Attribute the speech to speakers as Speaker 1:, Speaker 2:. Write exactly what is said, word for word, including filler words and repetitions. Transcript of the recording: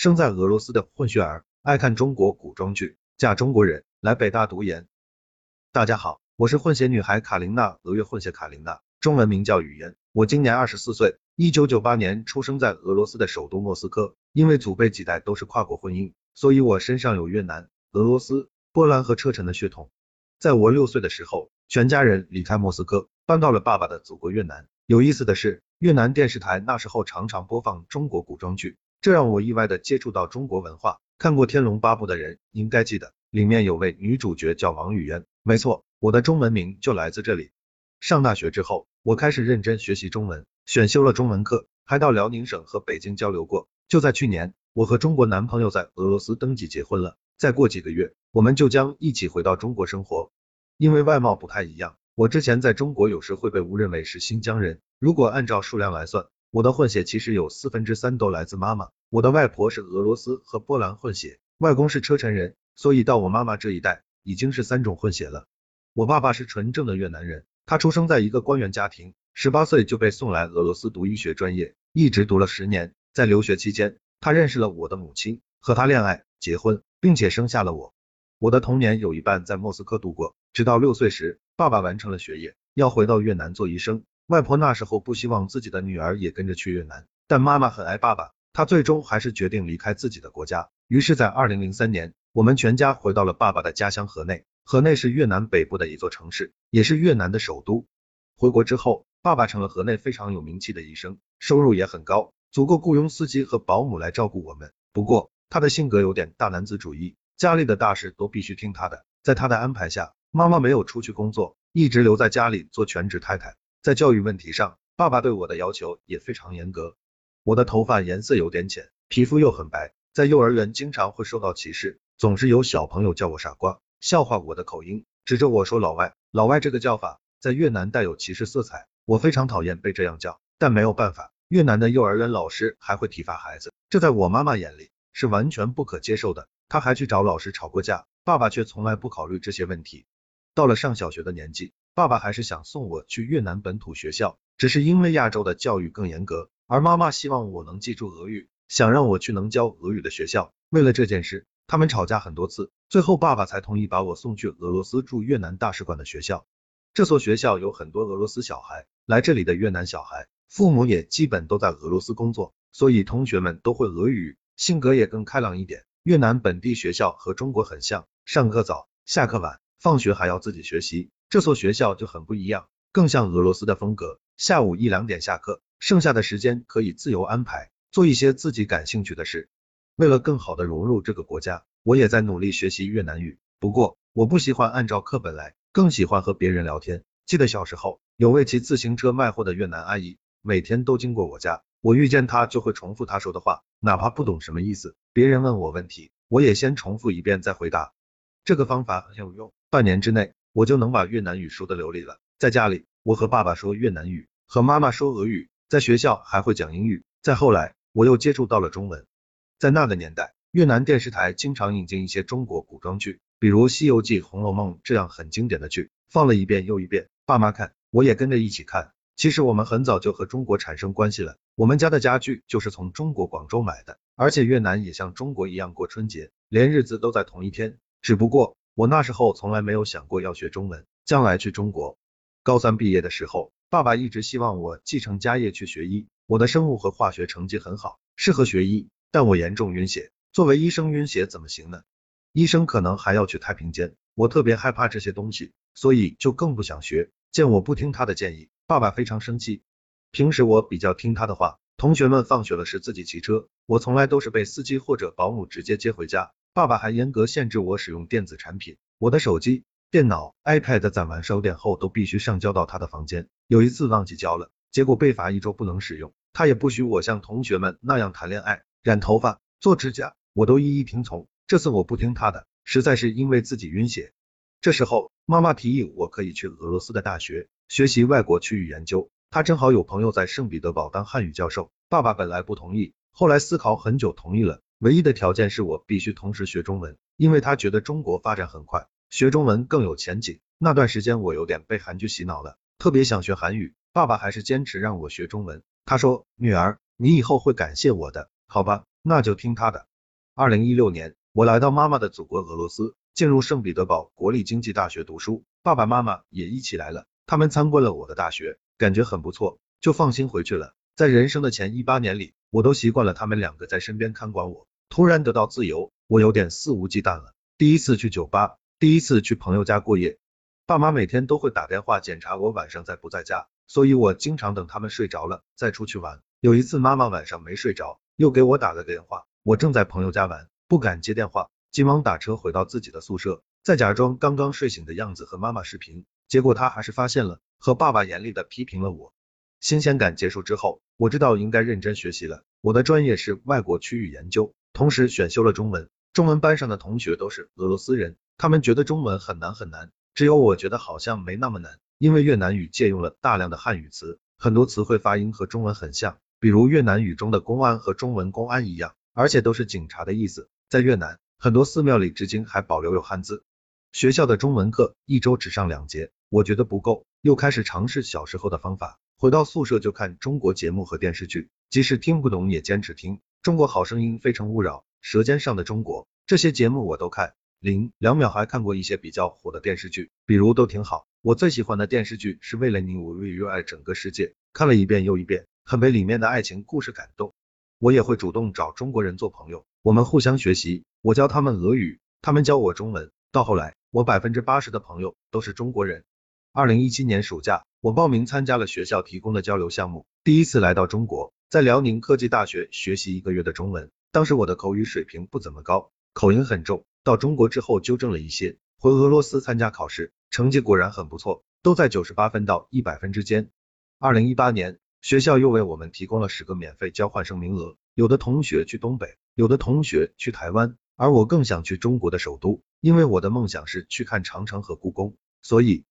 Speaker 1: 生在俄罗斯的混血儿，爱看中国古装剧，嫁中国人，来北大读研。大家好，我是混血女孩卡琳娜，俄语混血卡琳娜，中文名叫语言。我今年二十四岁，一九九八年出生在俄罗斯的首都莫斯科。因为祖辈几代都是跨国婚姻，所以我身上有越南、俄罗斯、波兰和车臣的血统。在我六岁的时候，全家人离开莫斯科，搬到了爸爸的祖国越南。有意思的是，越南电视台那时候常常播放中国古装剧，这让我意外的接触到中国文化。看过《天龙八部》的人应该记得，里面有位女主角叫王语嫣，没错，我的中文名就来自这里。上大学之后，我开始认真学习中文，选修了中文课，还到辽宁省和北京交流过。就在去年，我和中国男朋友在俄罗斯登记结婚了，再过几个月，我们就将一起回到中国生活。因为外貌不太一样，我之前在中国有时会被误认为是新疆人，如果按照数量来算，我的混血其实有四分之三都来自妈妈。我的外婆是俄罗斯和波兰混血，外公是车臣人，所以到我妈妈这一代已经是三种混血了。我爸爸是纯正的越南人，他出生在一个官员家庭，十八岁就被送来俄罗斯读医学专业，一直读了十年。在留学期间，他认识了我的母亲，和她恋爱、结婚，并且生下了我。我的童年有一半在莫斯科度过，直到六岁时，爸爸完成了学业，要回到越南做医生。外婆那时候不希望自己的女儿也跟着去越南，但妈妈很爱爸爸，她最终还是决定离开自己的国家。于是在二零零三年，我们全家回到了爸爸的家乡河内。河内是越南北部的一座城市，也是越南的首都。回国之后，爸爸成了河内非常有名气的医生，收入也很高，足够雇佣司机和保姆来照顾我们。不过他的性格有点大男子主义，家里的大事都必须听他的。在他的安排下，妈妈没有出去工作，一直留在家里做全职太太。在教育问题上，爸爸对我的要求也非常严格。我的头发颜色有点浅，皮肤又很白，在幼儿园经常会受到歧视，总是有小朋友叫我傻瓜，笑话我的口音，指着我说老外。老外这个叫法在越南带有歧视色彩，我非常讨厌被这样叫，但没有办法，越南的幼儿园老师还会体罚孩子，这在我妈妈眼里是完全不可接受的。她还去找老师吵过架，爸爸却从来不考虑这些问题。到了上小学的年纪，爸爸还是想送我去越南本土学校，只是因为亚洲的教育更严格，而妈妈希望我能记住俄语，想让我去能教俄语的学校。为了这件事，他们吵架很多次，最后爸爸才同意把我送去俄罗斯驻越南大使馆的学校。这所学校有很多俄罗斯小孩，来这里的越南小孩，父母也基本都在俄罗斯工作，所以同学们都会俄语，性格也更开朗一点。越南本地学校和中国很像，上课早，下课晚，放学还要自己学习。这所学校就很不一样，更像俄罗斯的风格，下午一两点下课，剩下的时间可以自由安排，做一些自己感兴趣的事。为了更好的融入这个国家，我也在努力学习越南语。不过我不喜欢按照课本来，更喜欢和别人聊天。记得小时候，有位骑自行车卖货的越南阿姨，每天都经过我家，我遇见她就会重复她说的话，哪怕不懂什么意思，别人问我问题，我也先重复一遍再回答。这个方法很有用，半年之内我就能把越南语说得流利了。在家里，我和爸爸说越南语，和妈妈说俄语，在学校还会讲英语。再后来，我又接触到了中文。在那个年代，越南电视台经常引进一些中国古装剧，比如《西游记》《红楼梦》这样很经典的剧，放了一遍又一遍，爸妈看，我也跟着一起看。其实我们很早就和中国产生关系了，我们家的家具就是从中国广州买的，而且越南也像中国一样过春节，连日子都在同一天。只不过我那时候从来没有想过要学中文，将来去中国。高三毕业的时候，爸爸一直希望我继承家业去学医，我的生物和化学成绩很好，适合学医，但我严重晕血，作为医生晕血怎么行呢？医生可能还要去太平间，我特别害怕这些东西，所以就更不想学。见我不听他的建议，爸爸非常生气。平时我比较听他的话，同学们放学了时自己骑车，我从来都是被司机或者保姆直接接回家。爸爸还严格限制我使用电子产品，我的手机、电脑、iPad 攒完收点后都必须上交到他的房间。有一次忘记交了，结果被罚一周不能使用。他也不许我像同学们那样谈恋爱、染头发、做指甲，我都一一听从。这次我不听他的，实在是因为自己晕血。这时候妈妈提议我可以去俄罗斯的大学学习外国区域研究，她正好有朋友在圣彼得堡当汉语教授。爸爸本来不同意，后来思考很久同意了，唯一的条件是我必须同时学中文，因为他觉得中国发展很快，学中文更有前景。那段时间我有点被韩剧洗脑了，特别想学韩语，爸爸还是坚持让我学中文。他说，女儿，你以后会感谢我的，好吧，那就听他的。 二零一六年，我来到妈妈的祖国俄罗斯，进入圣彼得堡国立经济大学读书，爸爸妈妈也一起来了，他们参观了我的大学，感觉很不错，就放心回去了。在人生的前一八年里，我都习惯了他们两个在身边看管我，突然得到自由，我有点肆无忌惮了。第一次去酒吧，第一次去朋友家过夜，爸妈每天都会打电话检查我晚上在不在家，所以我经常等他们睡着了再出去玩。有一次妈妈晚上没睡着，又给我打了个电话，我正在朋友家玩，不敢接电话，急忙打车回到自己的宿舍，再假装刚刚睡醒的样子和妈妈视频，结果她还是发现了，和爸爸严厉的批评了我。新鲜感结束之后，我知道应该认真学习了。我的专业是外国区域研究，同时选修了中文。中文班上的同学都是俄罗斯人，他们觉得中文很难很难，只有我觉得好像没那么难，因为越南语借用了大量的汉语词，很多词汇发音和中文很像，比如越南语中的公安和中文公安一样，而且都是警察的意思。在越南，很多寺庙里至今还保留有汉字。学校的中文课一周只上两节，我觉得不够，又开始尝试小时候的方法，回到宿舍就看中国节目和电视剧，即使听不懂也坚持听。中国好声音、非诚勿扰、舌尖上的中国，这些节目我都看。零两秒还看过一些比较火的电视剧，比如都挺好。我最喜欢的电视剧是为了你我为热爱整个世界，看了一遍又一遍，很被里面的爱情故事感动。我也会主动找中国人做朋友，我们互相学习，我教他们俄语，他们教我中文，到后来我百分之八十的朋友都是中国人。二零一七年暑假，我报名参加了学校提供的交流项目，第一次来到中国，在辽宁科技大学学习一个月的中文。当时我的口语水平不怎么高，口音很重，到中国之后纠正了一些，回俄罗斯参加考试，成绩果然很不错，都在九十八分到一百分之间。二零一八年，学校又为我们提供了十个免费交换生名额，有的同学去东北，有的同学去台湾，而我更想去中国的首都，因为我的梦想是去看长城和故宫，所以